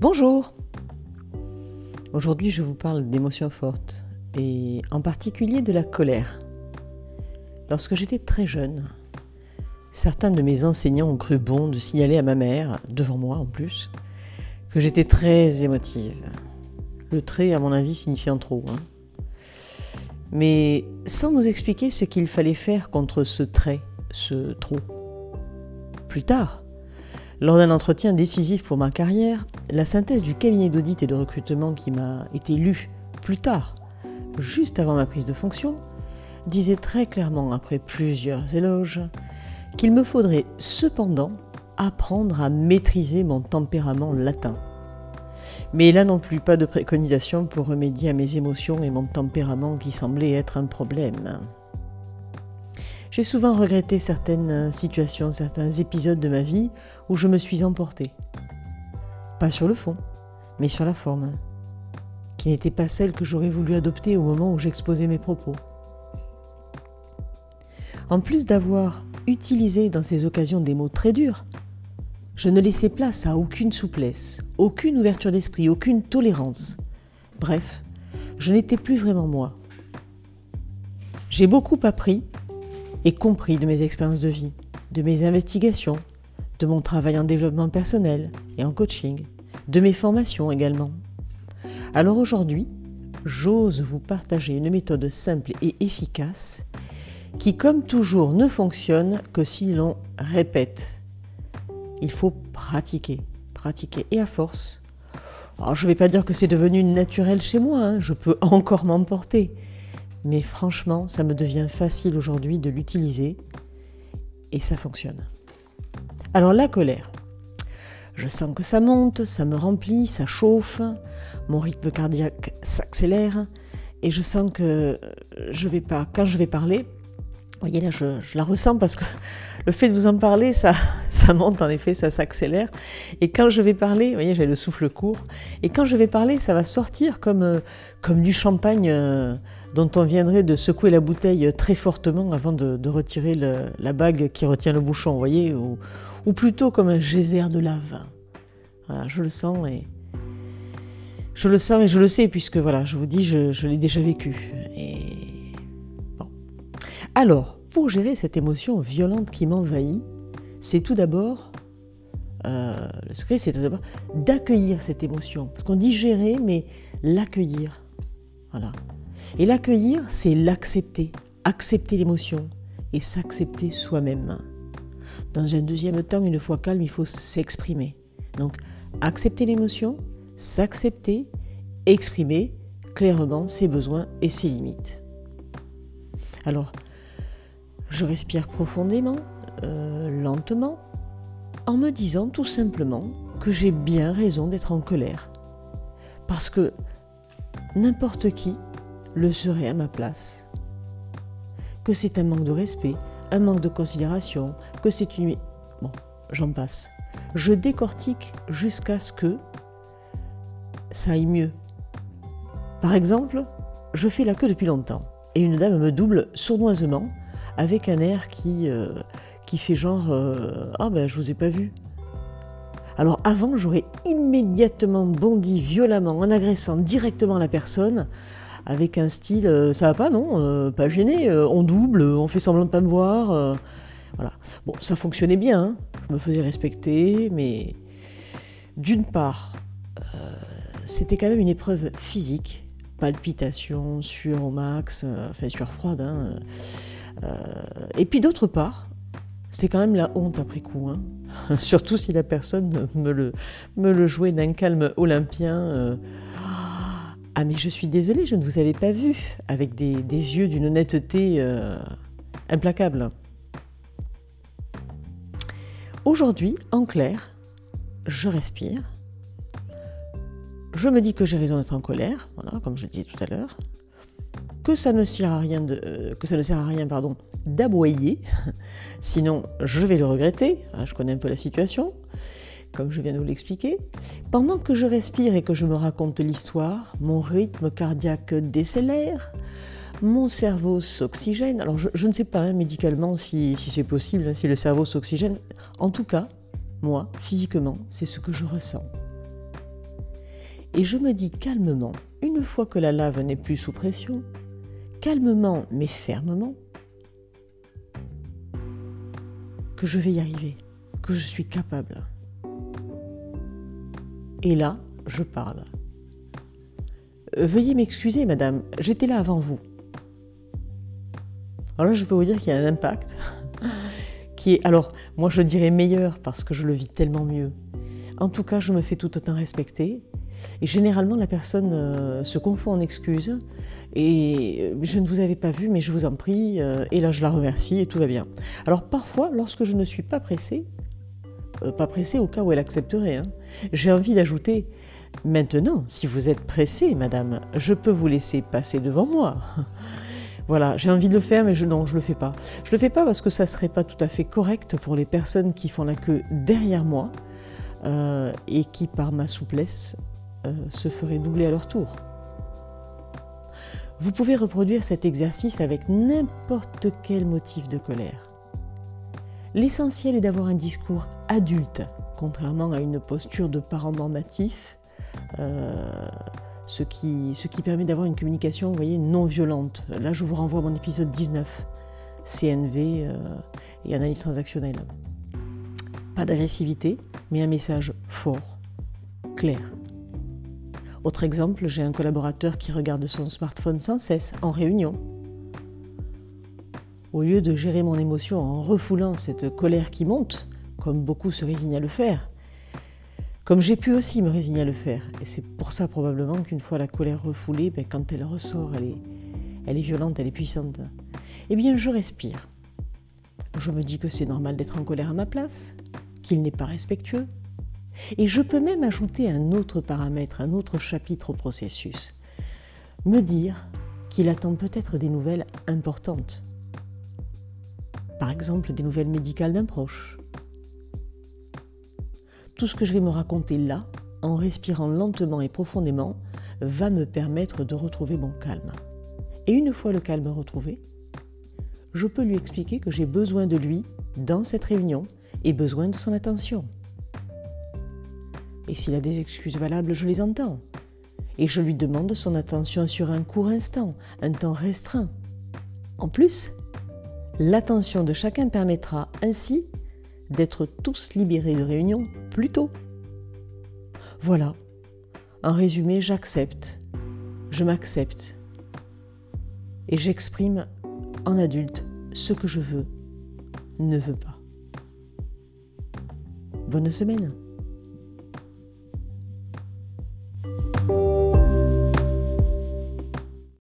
Bonjour! Aujourd'hui, je vous parle d'émotions fortes et en particulier de la colère. Lorsque j'étais très jeune, certains de mes enseignants ont cru bon de signaler à ma mère, devant moi en plus, que j'étais très émotive. Le trait, à mon avis, signifiant trop. Mais sans nous expliquer ce qu'il fallait faire contre ce trait, ce trop. Plus tard, lors d'un entretien décisif pour ma carrière, la synthèse du cabinet d'audit et de recrutement qui m'a été lue plus tard, juste avant ma prise de fonction, disait très clairement, après plusieurs éloges, qu'il me faudrait cependant apprendre à maîtriser mon tempérament latin. Mais là non plus, pas de préconisation pour remédier à mes émotions et mon tempérament qui semblait être un problème. J'ai souvent regretté certaines situations, certains épisodes de ma vie où je me suis emportée. Pas sur le fond, mais sur la forme, qui n'était pas celle que j'aurais voulu adopter au moment où j'exposais mes propos. En plus d'avoir utilisé dans ces occasions des mots très durs, je ne laissais place à aucune souplesse, aucune ouverture d'esprit, aucune tolérance. Bref, je n'étais plus vraiment moi. J'ai beaucoup appris et compris de mes expériences de vie, de mes investigations, de mon travail en développement personnel et en coaching, de mes formations également. Alors aujourd'hui, j'ose vous partager une méthode simple et efficace qui, comme toujours, ne fonctionne que si l'on répète. Il faut pratiquer et à force. Alors je ne vais pas dire que c'est devenu naturel chez moi, je peux encore m'emporter. Mais franchement, ça me devient facile aujourd'hui de l'utiliser et ça fonctionne. Alors la colère, je sens que ça monte, ça me remplit, ça chauffe, mon rythme cardiaque s'accélère et je sens que quand je vais parler, vous voyez là je la ressens parce que le fait de vous en parler, ça monte en effet, ça s'accélère. Et quand je vais parler, vous voyez j'ai le souffle court, et quand je vais parler, ça va sortir comme du champagne dont on viendrait de secouer la bouteille très fortement avant de retirer la bague qui retient le bouchon, vous voyez, ou plutôt comme un geyser de lave. Voilà, je le sens et je le sais puisque voilà, je vous dis, je l'ai déjà vécu. Et bon. Alors, pour gérer cette émotion violente qui m'envahit, c'est tout d'abord, le secret, c'est tout d'abord d'accueillir cette émotion. Parce qu'on dit gérer, mais l'accueillir. Voilà. Et l'accueillir, c'est l'accepter. Accepter l'émotion et s'accepter soi-même. Dans un deuxième temps, une fois calme, il faut s'exprimer. Donc, accepter l'émotion, s'accepter, exprimer clairement ses besoins et ses limites. Alors, je respire profondément, lentement, en me disant tout simplement que j'ai bien raison d'être en colère. Parce que n'importe qui le serait à ma place. Que c'est un manque de respect, un manque de considération, que c'est une... Bon, j'en passe. Je décortique jusqu'à ce que ça aille mieux. Par exemple, je fais la queue depuis longtemps et une dame me double sournoisement avec un air qui fait genre « Ah ben je vous ai pas vu ». Alors avant, j'aurais immédiatement bondi violemment en agressant directement la personne avec un style « Ça va pas, non pas gêné, on double, on fait semblant de pas me voir voilà. Bon, ça fonctionnait bien, je me faisais respecter, mais d'une part, c'était quand même une épreuve physique, palpitations, sueur au max, sueur froide, et puis d'autre part, c'était quand même la honte après coup, surtout si la personne me le jouait d'un calme olympien. Ah mais je suis désolée, je ne vous avais pas vu, avec des yeux d'une honnêteté implacable. Aujourd'hui, en clair, je respire, je me dis que j'ai raison d'être en colère, voilà, comme je le disais tout à l'heure, que ça ne sert à rien d'aboyer, sinon je vais le regretter, je connais un peu la situation, comme je viens de vous l'expliquer. Pendant que je respire et que je me raconte l'histoire, mon rythme cardiaque décélère, mon cerveau s'oxygène. Alors je ne sais pas médicalement si c'est possible, si le cerveau s'oxygène. En tout cas, moi, physiquement, c'est ce que je ressens. Et je me dis calmement, une fois que la lave n'est plus sous pression, calmement mais fermement, que je vais y arriver, que je suis capable. Et là, je parle. Veuillez m'excuser, madame, j'étais là avant vous. Alors là, je peux vous dire qu'il y a un impact qui est, alors, moi je dirais meilleur parce que je le vis tellement mieux. En tout cas, je me fais tout autant respecter. Et généralement, la personne se confond en excuses. Et je ne vous avais pas vu, mais je vous en prie. Et là, je la remercie et tout va bien. Alors parfois, lorsque je ne suis pas pressée au cas où elle accepterait, j'ai envie d'ajouter « Maintenant, si vous êtes pressée, madame, je peux vous laisser passer devant moi ». Voilà, j'ai envie de le faire, mais non, je le fais pas. Je le fais pas parce que ça serait pas tout à fait correct pour les personnes qui font la queue derrière moi et qui, par ma souplesse, se feraient doubler à leur tour. Vous pouvez reproduire cet exercice avec n'importe quel motif de colère. L'essentiel est d'avoir un discours adulte, contrairement à une posture de parent normatif, ce qui permet d'avoir une communication, vous voyez, non violente. Là, je vous renvoie à mon épisode 19, CNV et analyse transactionnelle. Pas d'agressivité, mais un message fort, clair. Autre exemple, j'ai un collaborateur qui regarde son smartphone sans cesse en réunion. Au lieu de gérer mon émotion en refoulant cette colère qui monte, comme beaucoup se résignent à le faire, comme j'ai pu aussi me résigner à le faire, et c'est pour ça probablement qu'une fois la colère refoulée, quand elle ressort, elle est violente, elle est puissante. Eh bien, je respire. Je me dis que c'est normal d'être en colère à ma place, qu'il n'est pas respectueux. Et je peux même ajouter un autre paramètre, un autre chapitre au processus. Me dire qu'il attend peut-être des nouvelles importantes. Par exemple, des nouvelles médicales d'un proche. Tout ce que je vais me raconter là, en respirant lentement et profondément, va me permettre de retrouver mon calme. Et une fois le calme retrouvé, je peux lui expliquer que j'ai besoin de lui dans cette réunion et besoin de son attention. Et s'il a des excuses valables, je les entends. Et je lui demande son attention sur un court instant, un temps restreint. En plus, l'attention de chacun permettra ainsi d'être tous libérés de réunion plus tôt. Voilà. En résumé, j'accepte, je m'accepte et j'exprime en adulte ce que je veux, ne veux pas. Bonne semaine.